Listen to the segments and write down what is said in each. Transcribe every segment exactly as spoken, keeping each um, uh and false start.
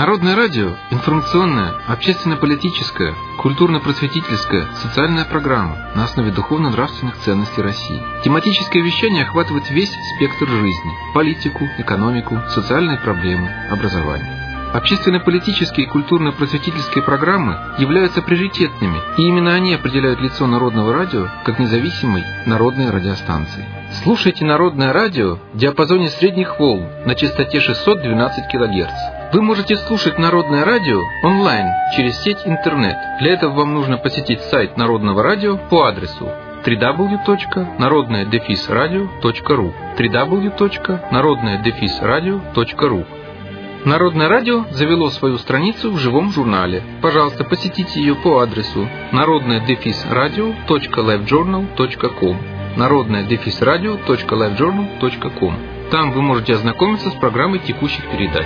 Народное радио – информационная, общественно-политическая, культурно-просветительская, социальная программа на основе духовно-нравственных ценностей России. Тематическое вещание охватывает весь спектр жизни – политику, экономику, социальные проблемы, образование. Общественно-политические и культурно-просветительские программы являются приоритетными, и именно они определяют лицо Народного радио как независимой народной радиостанции. Слушайте Народное радио в диапазоне средних волн на частоте шестьсот двенадцать килогерц. Вы можете слушать Народное радио онлайн через сеть интернет. Для этого вам нужно посетить сайт Народного радио по адресу дабл ю дабл ю дабл ю точка народное радио точка ру дабл ю дабл ю дабл ю точка народное радио точка ру. Народное радио завело свою страницу в живом журнале. Пожалуйста, посетите ее по адресу народное радио точка лайвжурнал точка ком народное радио точка лайвжурнал точка ком. Там вы можете ознакомиться с программой текущих передач.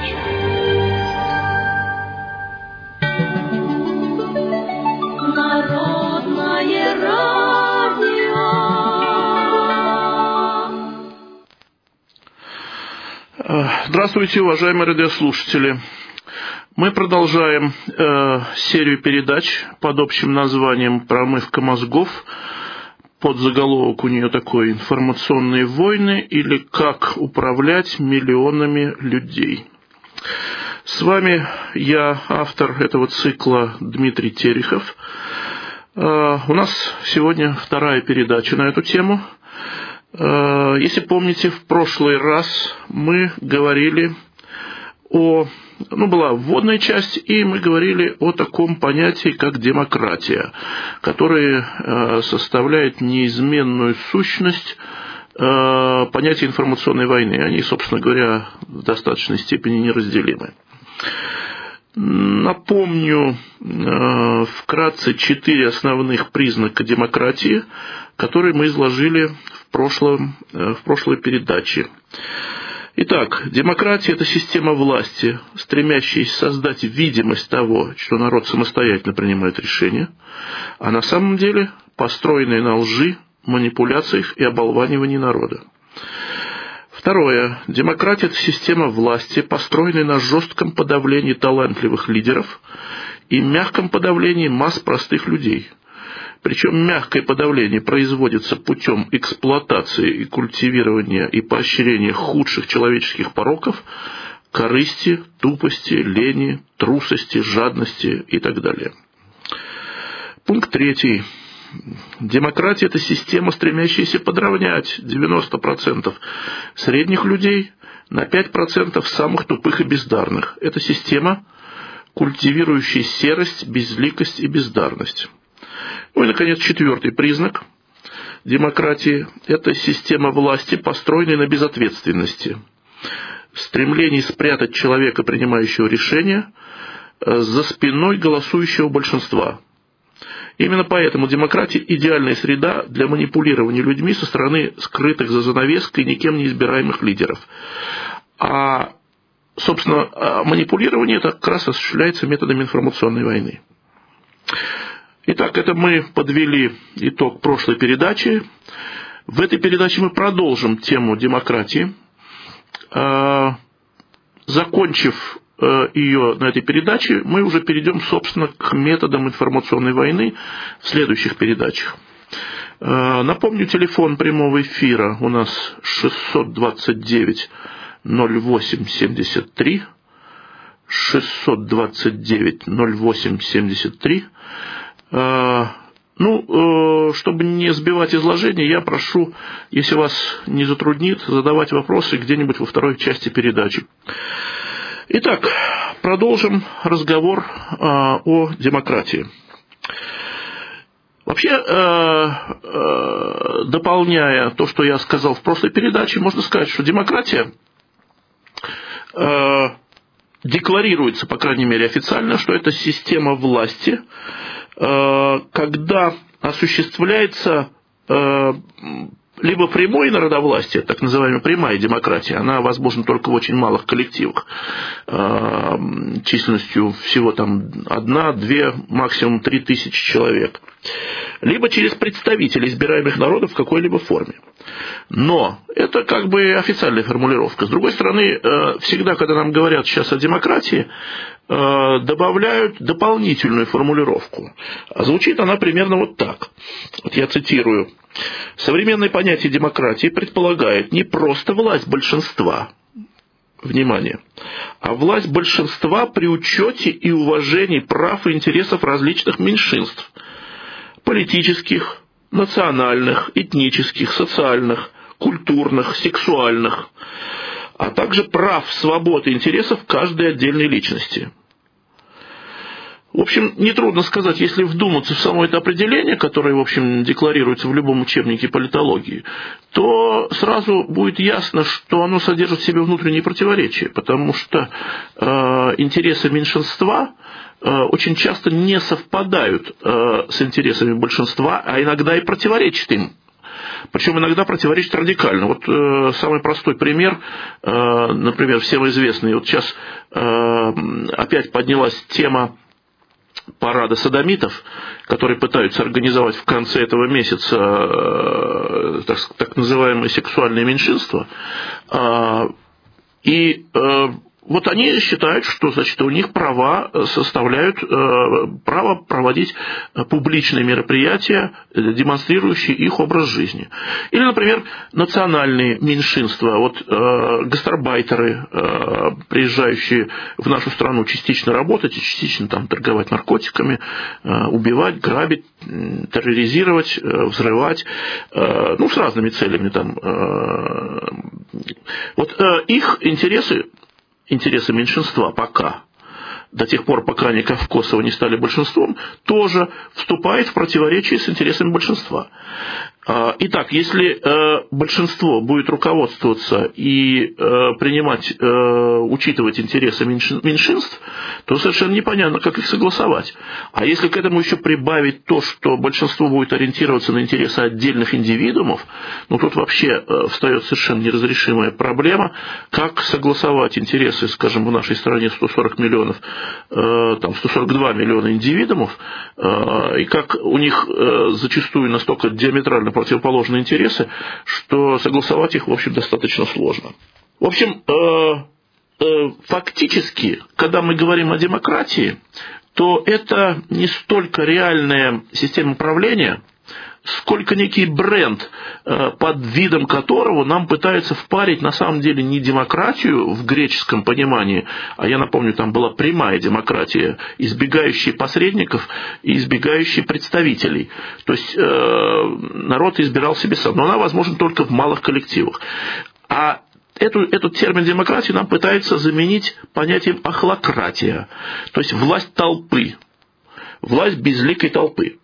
Народное радио. Здравствуйте, уважаемые радиослушатели. Мы продолжаем э, серию передач под общим названием «Промывка мозгов». Подзаголовок у нее такой: «Информационные войны» или «Как управлять миллионами людей». С вами я, автор этого цикла, Дмитрий Терехов. Э, у нас сегодня вторая передача на эту тему. Э, если помните, в прошлый раз мы говорили о... Ну, была вводная часть, и мы говорили о таком понятии, как демократия, которое э, составляет неизменную сущность э, понятия информационной войны. Они, собственно говоря, в достаточной степени неразделимы. Напомню э, вкратце четыре основных признака демократии, которые мы изложили в, прошлом, э, в прошлой передаче. Итак, демократия – это система власти, стремящаяся создать видимость того, что народ самостоятельно принимает решения, а на самом деле построенная на лжи, манипуляциях и оболванивании народа. Второе. Демократия – это система власти, построенная на жестком подавлении талантливых лидеров и мягком подавлении масс простых людей. Причем мягкое подавление производится путем эксплуатации и культивирования и поощрения худших человеческих пороков, корысти, тупости, лени, трусости, жадности и так далее. Пункт третий. Демократия – это система, стремящаяся подравнять девяносто процентов средних людей на пять процентов самых тупых и бездарных. Это система, культивирующая серость, безликость и бездарность. Ну и, наконец, четвертый признак демократии – это система власти, построенная на безответственности. Стремление спрятать человека, принимающего решения, за спиной голосующего большинства. Именно поэтому демократия – идеальная среда для манипулирования людьми со стороны скрытых за занавеской никем не избираемых лидеров. А, собственно, манипулирование это как раз осуществляется методами информационной войны. Итак, это мы подвели итог прошлой передачи. В этой передаче мы продолжим тему демократии. Закончив ее на этой передаче, мы уже перейдем, собственно, к методам информационной войны в следующих передачах. Напомню, телефон прямого эфира у нас шестьсот двадцать девять ноль восемь семьдесят три. шестьсот двадцать девять ноль восемь семьдесят три. Ну, чтобы не сбивать изложение, я прошу, если вас не затруднит, задавать вопросы где-нибудь во второй части передачи. Итак, продолжим разговор о демократии. Вообще, дополняя то, что я сказал в прошлой передаче, можно сказать, что демократия декларируется, по крайней мере официально, что это система власти, когда осуществляется либо прямое народовластие, так называемая прямая демократия, она возможна только в очень малых коллективах, численностью всего там одна, две, максимум три тысячи человек. либо через представителей избираемых народов в какой-либо форме. Но это как бы официальная формулировка. С другой стороны, всегда, когда нам говорят сейчас о демократии, добавляют дополнительную формулировку. А звучит она примерно вот так. Вот я цитирую. «Современное понятие демократии предполагает не просто власть большинства, внимание, а власть большинства при учете и уважении прав и интересов различных меньшинств, политических, национальных, этнических, социальных, культурных, сексуальных, а также прав, свобод и интересов каждой отдельной личности». В общем, нетрудно сказать, если вдуматься в само это определение, которое, в общем, декларируется в любом учебнике политологии, то сразу будет ясно, что оно содержит в себе внутренние противоречия, потому что э, интересы меньшинства э, очень часто не совпадают э, с интересами большинства, а иногда и противоречат им. Причем иногда противоречит радикально. Вот э, самый простой пример, э, например, всем известный. Вот сейчас э, опять поднялась тема парада содомитов, которые пытаются организовать в конце этого месяца э, так, так называемые сексуальные меньшинства. Э, и э, вот они считают, что, значит, у них права составляют э, право проводить публичные мероприятия, демонстрирующие их образ жизни. Или, например, национальные меньшинства, вот э, гастарбайтеры, э, приезжающие в нашу страну частично работать и частично там торговать наркотиками, э, убивать, грабить, терроризировать, э, взрывать, э, ну, с разными целями там. Э, вот э, их интересы, интересы меньшинства пока, до тех пор, пока они Кавкосово не стали большинством, тоже вступает в противоречие с интересами большинства. Итак, если большинство будет руководствоваться и принимать, учитывать интересы меньшинств, то совершенно непонятно, как их согласовать. А если к этому еще прибавить то, что большинство будет ориентироваться на интересы отдельных индивидуумов, ну тут вообще встает совершенно неразрешимая проблема, как согласовать интересы, скажем, в нашей стране сто сорок миллионов, там сто сорок два миллиона индивидуумов, и как у них зачастую настолько диаметрально противоположные интересы, что согласовать их, в общем, достаточно сложно. В общем, фактически, когда мы говорим о демократии, то это не столько реальная система управления, сколько некий бренд, под видом которого нам пытаются впарить на самом деле не демократию в греческом понимании, а я напомню, там была прямая демократия, избегающая посредников и избегающая представителей. То есть народ избирал себе сам, но она возможна только в малых коллективах. А Эту, этот термин демократии нам пытаются заменить понятием охлократия, то есть власть толпы, власть безликой толпы.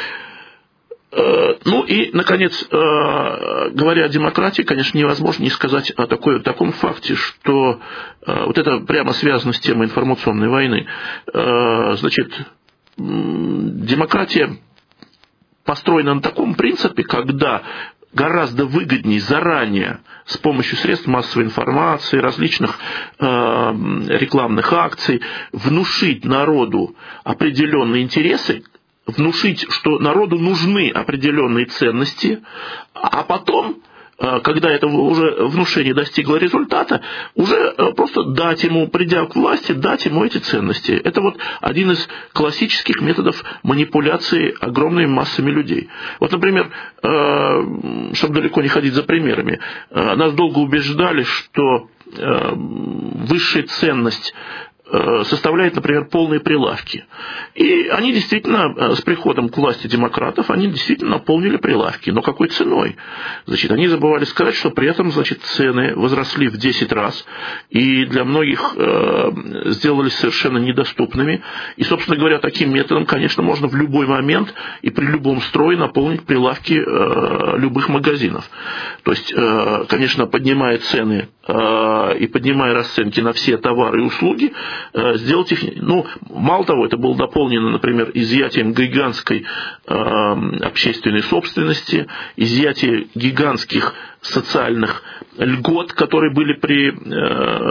Ну и, наконец, говоря о демократии, конечно, невозможно не сказать о, такой, о таком факте, что вот это прямо связано с темой информационной войны. Значит, демократия построена на таком принципе, когда гораздо выгоднее заранее с помощью средств массовой информации, различных э, рекламных акций внушить народу определенные интересы, внушить, что народу нужны определенные ценности, а потом, когда это уже внушение достигло результата, уже просто дать ему, придя к власти, дать ему эти ценности. Это вот один из классических методов манипуляции огромными массами людей. Вот, например, чтобы далеко не ходить за примерами, нас долго убеждали, что высшая ценность составляет, например, полные прилавки. И они действительно, с приходом к власти демократов, они действительно наполнили прилавки. Но какой ценой? Значит, они забывали сказать, что при этом, значит, цены возросли в десять раз, и для многих э, сделались совершенно недоступными. И, собственно говоря, таким методом, конечно, можно в любой момент и при любом строе наполнить прилавки э, любых магазинов. То есть, э, конечно, поднимая цены э, и поднимая расценки на все товары и услуги, сделать их, ну, мало того, это было дополнено, например, изъятием гигантской э, общественной собственности, изъятием гигантских социальных льгот, которые были при, э,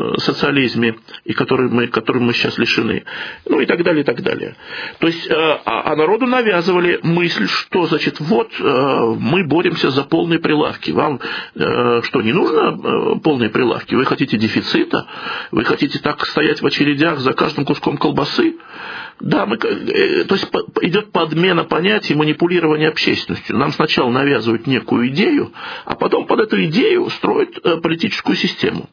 социализме, и который мы, которым мы сейчас лишены. Ну и так далее, и так далее. То есть, а, а народу навязывали мысль, что, значит, вот мы боремся за полные прилавки. Вам что, не нужно полные прилавки? Вы хотите дефицита? Вы хотите так стоять в очередях за каждым куском колбасы? Да, мы, то есть идет подмена понятий, манипулирование общественностью. Нам сначала навязывают некую идею, а потом под эту идею строят политическую систему.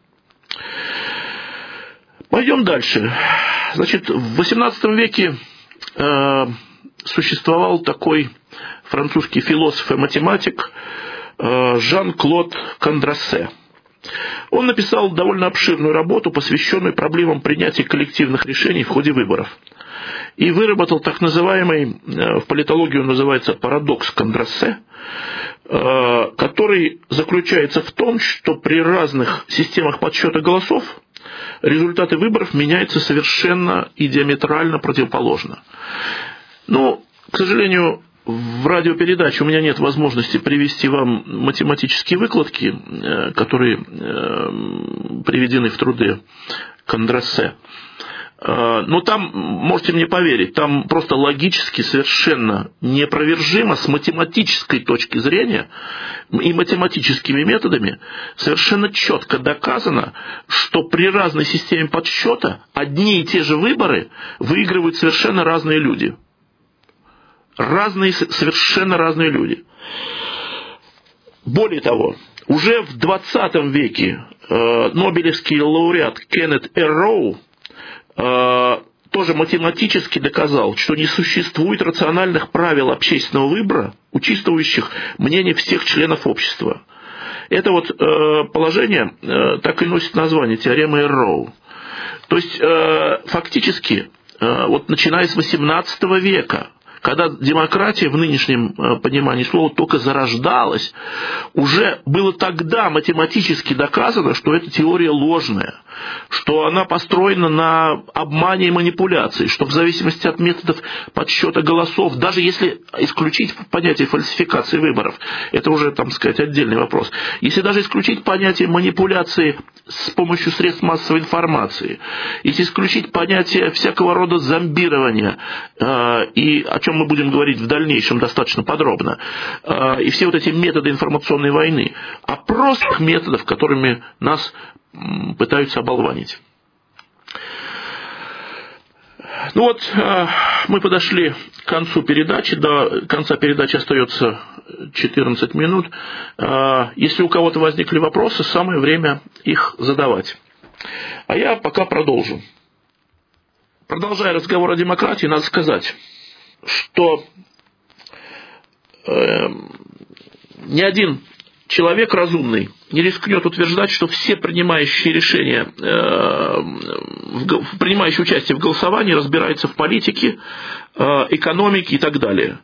Пойдем дальше. Значит, в восемнадцатом веке э, существовал такой французский философ и математик э, Жан-Клод Кондрассе. Он написал довольно обширную работу, посвященную проблемам принятия коллективных решений в ходе выборов. И выработал так называемый, в политологии он называется парадокс Кондрассе, который заключается в том, что при разных системах подсчета голосов результаты выборов меняются совершенно и диаметрально противоположно. Ну, к сожалению, в радиопередаче у меня нет возможности привести вам математические выкладки, которые приведены в труды Кондрассе. Но там, можете мне поверить, там просто логически совершенно неопровержимо с математической точки зрения и математическими методами совершенно четко доказано, что при разной системе подсчета одни и те же выборы выигрывают совершенно разные люди. Разные, совершенно разные люди. Более того, уже в двадцатом веке э, нобелевский лауреат Кеннет Эрроу тоже математически доказал, что не существует рациональных правил общественного выбора, учитывающих мнение всех членов общества. Это вот э, положение э, так и носит название теоремы Эрроу. То есть э, фактически, э, вот начиная с восемнадцатого века, когда демократия в нынешнем понимании слова только зарождалась, уже было тогда математически доказано, что эта теория ложная, что она построена на обмане и манипуляции, что в зависимости от методов подсчета голосов, даже если исключить понятие фальсификации выборов, это уже, там сказать, отдельный вопрос, если даже исключить понятие манипуляции с помощью средств массовой информации, если исключить понятие всякого рода зомбирования, э, и о чем мы будем говорить в дальнейшем достаточно подробно, э, и все вот эти методы информационной войны, а простых методов, которыми нас пытаются оболванить. Ну вот, мы подошли к концу передачи, до конца передачи остается четырнадцать минут. Если у кого-то возникли вопросы, самое время их задавать. А я пока продолжу. Продолжая разговор о демократии, надо сказать, что э, ни один человек разумный не рискнет утверждать, что все принимающие решения, э, в, принимающие участие в голосовании разбираются в политике, э, экономике и так далее.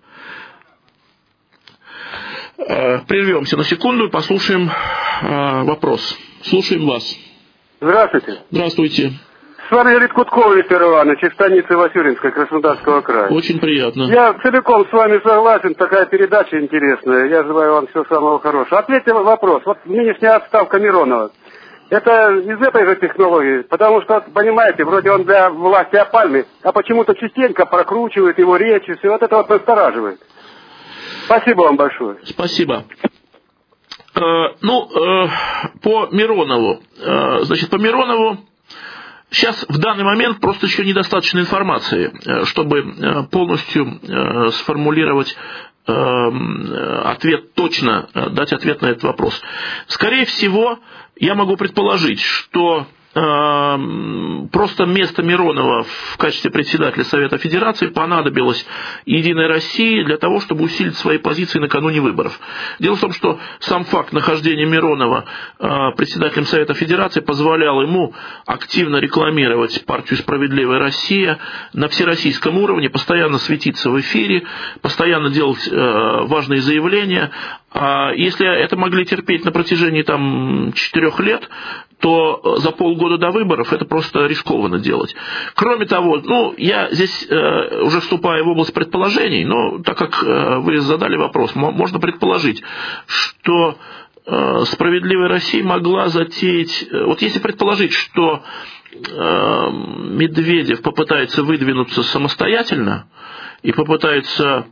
Э, прервемся на секунду и послушаем э, вопрос. Слушаем вас. Здравствуйте. Здравствуйте. С вами Леонид Кутков, Виктор Иванович, из станицы Васюринской, Краснодарского края. Очень приятно. Я целиком с вами согласен, такая передача интересная. Я желаю вам всего самого хорошего. Ответьте на вопрос. Вот нынешняя отставка Миронова. Это из этой же технологии? Потому что, понимаете, вроде он для власти опальный, а почему-то частенько прокручивает его речи, все вот это вот настораживает. Спасибо вам большое. Спасибо. Э, ну, э, по Миронову. Э, значит, по Миронову сейчас в данный момент просто еще недостаточно информации, чтобы полностью сформулировать ответ, точно дать ответ на этот вопрос. Скорее всего, я могу предположить, что просто место Миронова в качестве председателя Совета Федерации понадобилось Единой России для того, чтобы усилить свои позиции накануне выборов. Дело в том, что сам факт нахождения Миронова председателем Совета Федерации позволял ему активно рекламировать партию «Справедливая Россия» на всероссийском уровне, постоянно светиться в эфире, постоянно делать важные заявления. Если это могли терпеть на протяжении там, четырех лет, то за полгода до выборов это просто рискованно делать. Кроме того, ну, я здесь э, уже вступаю в область предположений, но так как э, вы задали вопрос, можно предположить, что «Справедливая Россия» могла затеять... Вот если предположить, что Медведев попытается выдвинуться самостоятельно и попытается,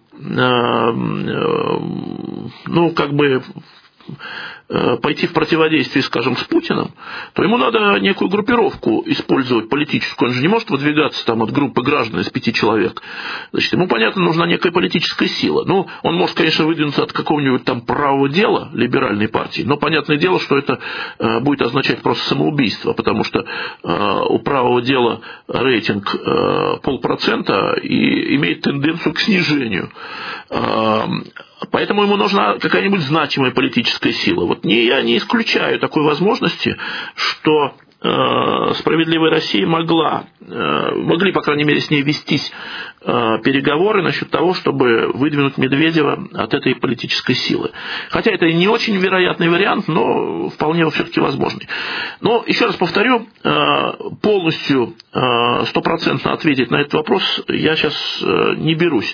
ну, как бы пойти в противодействие, скажем, с Путиным, то ему надо некую группировку использовать политическую. Он же не может выдвигаться там от группы граждан из пяти человек. Значит, ему, понятно, нужна некая политическая сила. Ну, он может, конечно, выдвинуться от какого-нибудь там правого дела либеральной партии, но понятное дело, что это э, будет означать просто самоубийство, потому что э, у правого дела рейтинг э, полпроцента и имеет тенденцию к снижению. Э, Поэтому ему нужна какая-нибудь значимая политическая сила. Вот не, я не исключаю такой возможности, что э, «Справедливая Россия» могла, э, могли, по крайней мере, с ней вестись э, переговоры насчет того, чтобы выдвинуть Медведева от этой политической силы. Хотя это не очень вероятный вариант, но вполне все-таки возможный. Но, еще раз повторю, э, полностью, э, стопроцентно ответить на этот вопрос я сейчас э, не берусь.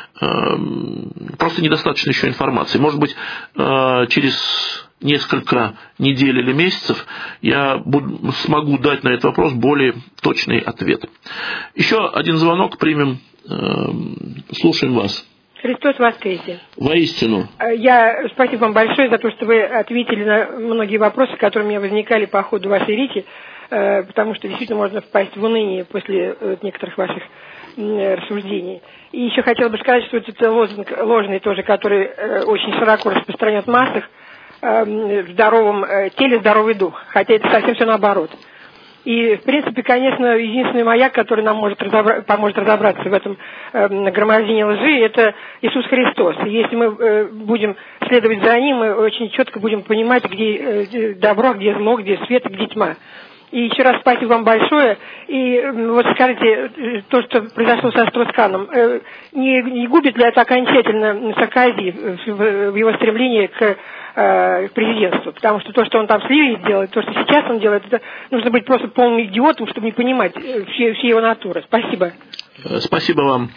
Просто недостаточно еще информации. Может быть, через несколько недель или месяцев я буду, смогу дать на этот вопрос более точный ответ. Еще один звонок примем. Слушаем вас. Христос воскресе. Воистину. Я спасибо вам большое за то, что вы ответили на многие вопросы, которые у меня возникали по ходу вашей речи, потому что действительно можно впасть в уныние после некоторых ваших рассуждений. И еще хотела бы сказать, что это лозунг ложный тоже, который э, очень широко распространен в массах, э, в здоровом э, теле здоровый дух, хотя это совсем все наоборот. И, в принципе, конечно, единственный маяк, который нам может разобра- поможет разобраться в этом э, нагромождении лжи, это Иисус Христос. И если мы э, будем следовать за Ним, мы очень четко будем понимать, где э, добро, где зло, где свет, где тьма. И еще раз спасибо вам большое. И вот скажите, то, что произошло со Стросканом, не, не губит ли это окончательно Саркози в, в его стремлении к э, президентству? Потому что то, что он там с Ливией делает, то, что сейчас он делает, это нужно быть просто полным идиотом, чтобы не понимать все, все его натуры. Спасибо. Спасибо вам.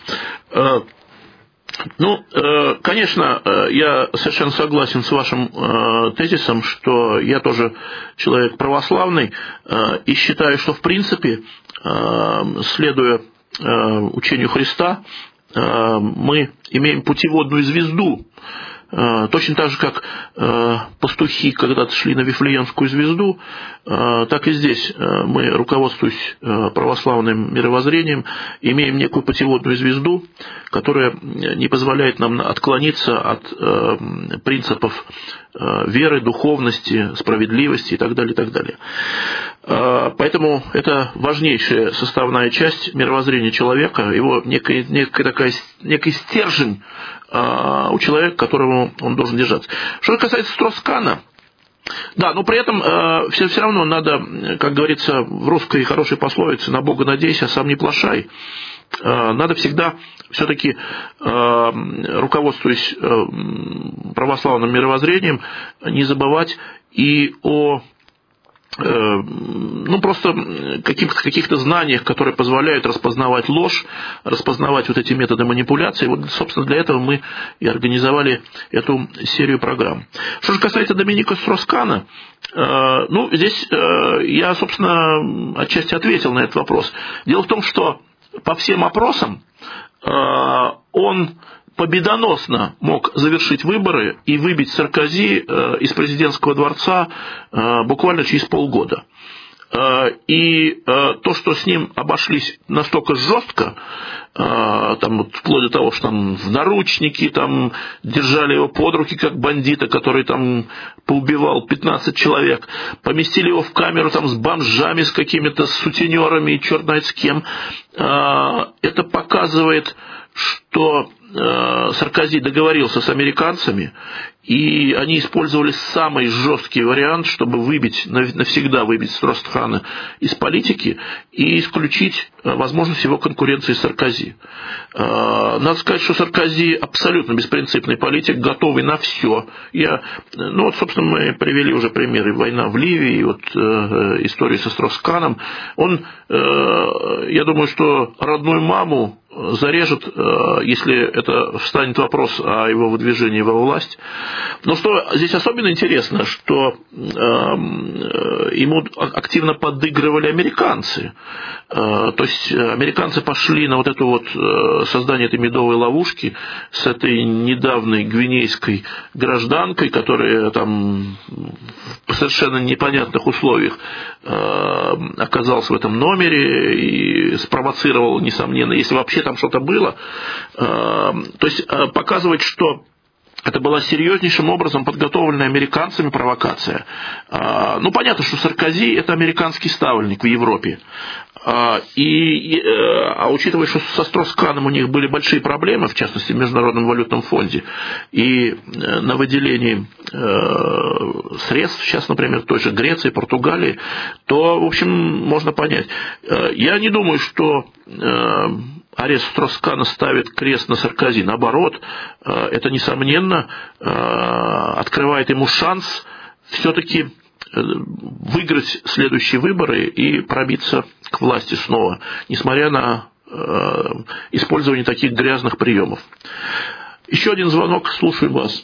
Ну, конечно, я совершенно согласен с вашим тезисом, что я тоже человек православный и считаю, что в принципе, следуя учению Христа, мы имеем путеводную звезду. Точно так же, как пастухи когда-то шли на Вифлеемскую звезду, так и здесь мы, руководствуясь православным мировоззрением, имеем некую путеводную звезду, которая не позволяет нам отклониться от принципов веры, духовности, справедливости и так далее, и так далее. Поэтому это важнейшая составная часть мировоззрения человека, его некая, некая такая, некий стержень у человека, которому он должен держаться. Что касается Строскана, да, но при этом э, все, все равно надо, как говорится в русской хорошей пословице, на Бога надейся, а сам не плашай. Э, надо всегда все-таки, э, руководствуясь э, православным мировоззрением, не забывать и о ну, просто каких-то, каких-то знаниях, которые позволяют распознавать ложь, распознавать вот эти методы манипуляции. Вот, собственно, для этого мы и организовали эту серию программ. Что же касается Доминика Строскана, э, ну, здесь э, я, собственно, отчасти ответил на этот вопрос. Дело в том, что по всем опросам э, он победоносно мог завершить выборы и выбить Саркози из президентского дворца буквально через полгода. И то, что с ним обошлись настолько жестко, там, вот, вплоть до того, что там в наручники там, держали его под руки, как бандита, который там поубивал пятнадцать человек, поместили его в камеру там, с бомжами, с какими-то сутенерами и черт знает с кем, это показывает, что Саркози договорился с американцами, и они использовали самый жесткий вариант, чтобы выбить, навсегда выбить Строскана из политики и исключить возможность его конкуренции с Саркози. Надо сказать, что Саркози абсолютно беспринципный политик, готовый на все. Я, ну вот, собственно, мы привели уже примеры: война в Ливии, вот, история со Стросканом. Он, я думаю, что родную маму зарежет, если это встанет вопрос о его выдвижении во власть. Но что здесь особенно интересно, что ему активно подыгрывали американцы. То есть американцы пошли на вот это вот создание этой медовой ловушки с этой недавней гвинейской гражданкой, которая там в совершенно непонятных условиях оказалась в этом номере и спровоцировал, несомненно, если вообще там что-то было. То есть показывать, что это была серьезнейшим образом подготовленная американцами провокация. Ну, понятно, что Саркози – это американский ставленник в Европе. И, а учитывая, что со Строс-Каном у них были большие проблемы, в частности, в Международном валютном фонде, и на выделении средств, сейчас, например, в той же Греции, Португалии, то, в общем, можно понять. Я не думаю, что арест Строс-Кана ставит крест на Саркози. Наоборот, это, несомненно, открывает ему шанс все-таки выиграть следующие выборы и пробиться к власти снова, несмотря на использование таких грязных приемов. Еще один звонок, слушаем вас.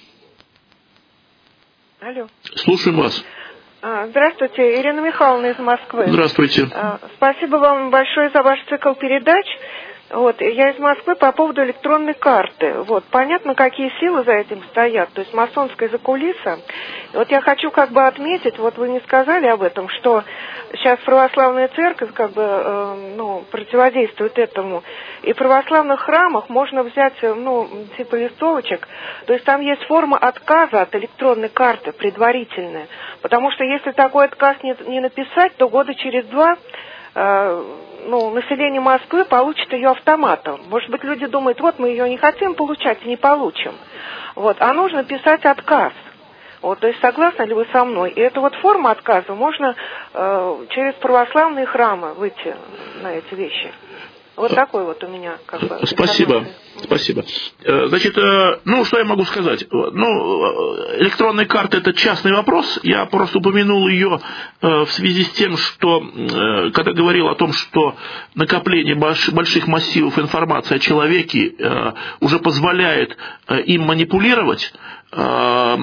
Алло. Слушаем вас. Здравствуйте, Ирина Михайловна из Москвы. Здравствуйте. Спасибо вам большое за ваш цикл передач. Вот, я из Москвы по поводу электронной карты. Вот, понятно, какие силы за этим стоят, то есть масонская закулиса. Вот я хочу как бы отметить, вот вы не сказали об этом, что сейчас православная церковь как бы, э, ну, противодействует этому. И в православных храмах можно взять, ну, типа листовочек, то есть там есть форма отказа от электронной карты предварительная. Потому что если такой отказ не, не написать, то года через два э, ну, население Москвы получит ее автоматом. Может быть, люди думают, вот мы ее не хотим получать и не получим. Вот, а нужно писать отказ. Вот, то есть, согласны ли вы со мной? И эту вот форму отказа можно э, через православные храмы выйти на эти вещи. Вот такой вот у меня как бы. Спасибо. Спасибо. Значит, ну, что я могу сказать? Ну, электронная карта – это частный вопрос. Я просто упомянул ее в связи с тем, что, когда говорил о том, что накопление больших массивов информации о человеке уже позволяет им манипулировать, а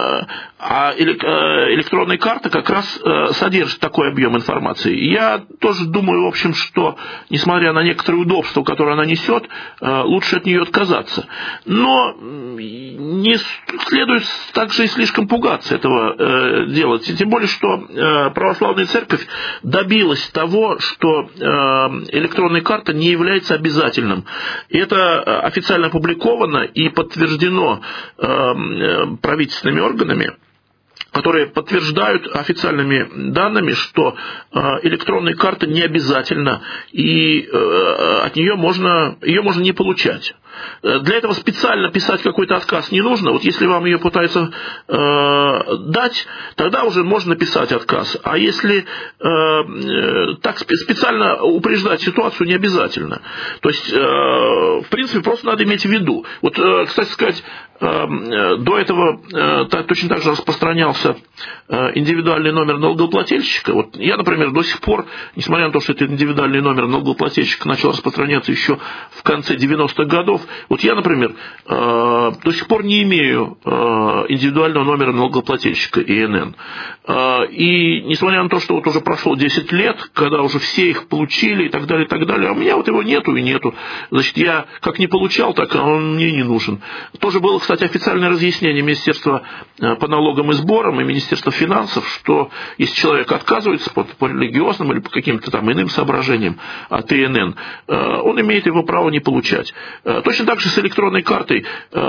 электронная карта как раз содержит такой объем информации. Я тоже думаю, в общем, что, несмотря на некоторые удобства, которые она несет, лучше от нее отказаться. Но не следует также и слишком пугаться этого делать. Тем более, что православная церковь добилась того, что электронная карта не является обязательным. И это официально опубликовано и подтверждено правительственными органами, которые подтверждают официальными данными, что электронная карта не обязательна, и от нее можно, ее можно не получать. Для этого специально писать какой-то отказ не нужно. Вот если вам ее пытаются э, дать, тогда уже можно написать отказ. А если э, так специально упреждать ситуацию, не обязательно. То есть, э, в принципе, просто надо иметь в виду. Вот, э, кстати сказать, э, до этого э, так, точно так же распространялся э, индивидуальный номер налогоплательщика. Вот я, например, до сих пор, несмотря на то, что этот индивидуальный номер налогоплательщика начал распространяться еще в конце девяностых годов, вот я, например, до сих пор не имею индивидуального номера налогоплательщика И Н Н. И несмотря на то, что вот уже прошло десять лет, когда уже все их получили и так далее, и так далее, а у меня вот его нету и нету. Значит, я как не получал, так он мне не нужен. Тоже было, кстати, официальное разъяснение Министерства по налогам и сборам и Министерства финансов, что если человек отказывается по, по религиозным или по каким-то там иным соображениям от И Н Н, он имеет его право не получать. Точно так же с электронной картой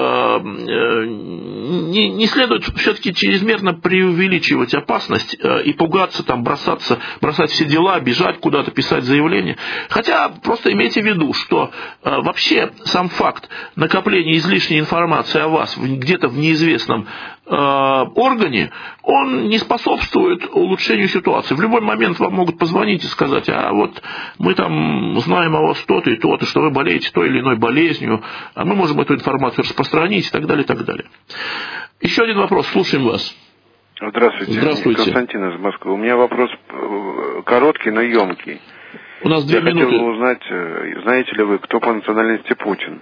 не, не следует все-таки чрезмерно преувеличивать опасность и пугаться, там, бросаться, бросать все дела, бежать куда-то, писать заявление. Хотя просто имейте в виду, что вообще сам факт накопления излишней информации о вас где-то в неизвестном органе, он не способствует улучшению ситуации. В любой момент вам могут позвонить и сказать, а вот мы там знаем о вас то-то и то-то, что вы болеете той или иной болезнью, а мы можем эту информацию распространить и так далее, и так далее. Еще один вопрос, слушаем вас. Здравствуйте. Здравствуйте. Константин из Москвы. У меня вопрос короткий, но емкий. У нас две Я минуты. хотел бы узнать, знаете ли вы, кто по национальности Путин?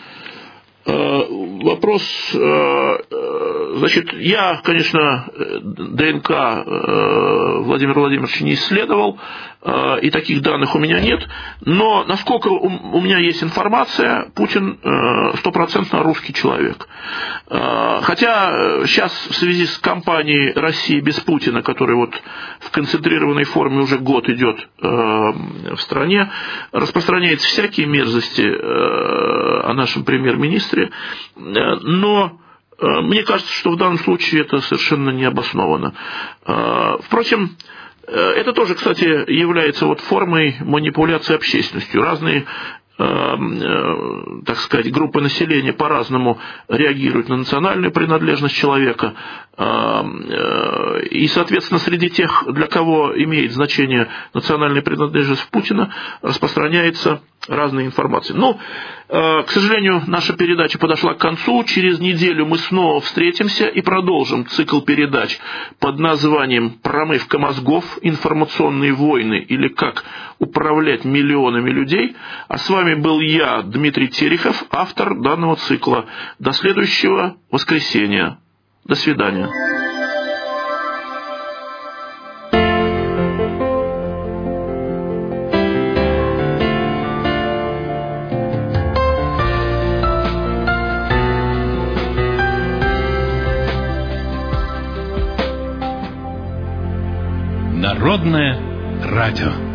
Вопрос, значит, я, конечно, ДНК Владимира Владимировича не исследовал, и таких данных у меня нет, но насколько у меня есть информация, Путин стопроцентно русский человек. Хотя сейчас в связи с кампанией «Россия без Путина», которая вот в концентрированной форме уже год идет в стране, распространяется всякие мерзости о нашем премьер-министре, но мне кажется, что в данном случае это совершенно необоснованно. Впрочем, это тоже, кстати, является вот формой манипуляции общественностью. Разные, так сказать, группы населения по-разному реагируют на национальную принадлежность человека. И, соответственно, среди тех, для кого имеет значение национальная принадлежность Путина, распространяется разная информация. Ну, к сожалению, наша передача подошла к концу. Через неделю мы снова встретимся и продолжим цикл передач под названием «Промывка мозгов. Информационные войны» или «Как управлять миллионами людей». А с вами был я, Дмитрий Терехов, автор данного цикла. До следующего воскресенья. До свидания. Народное радио.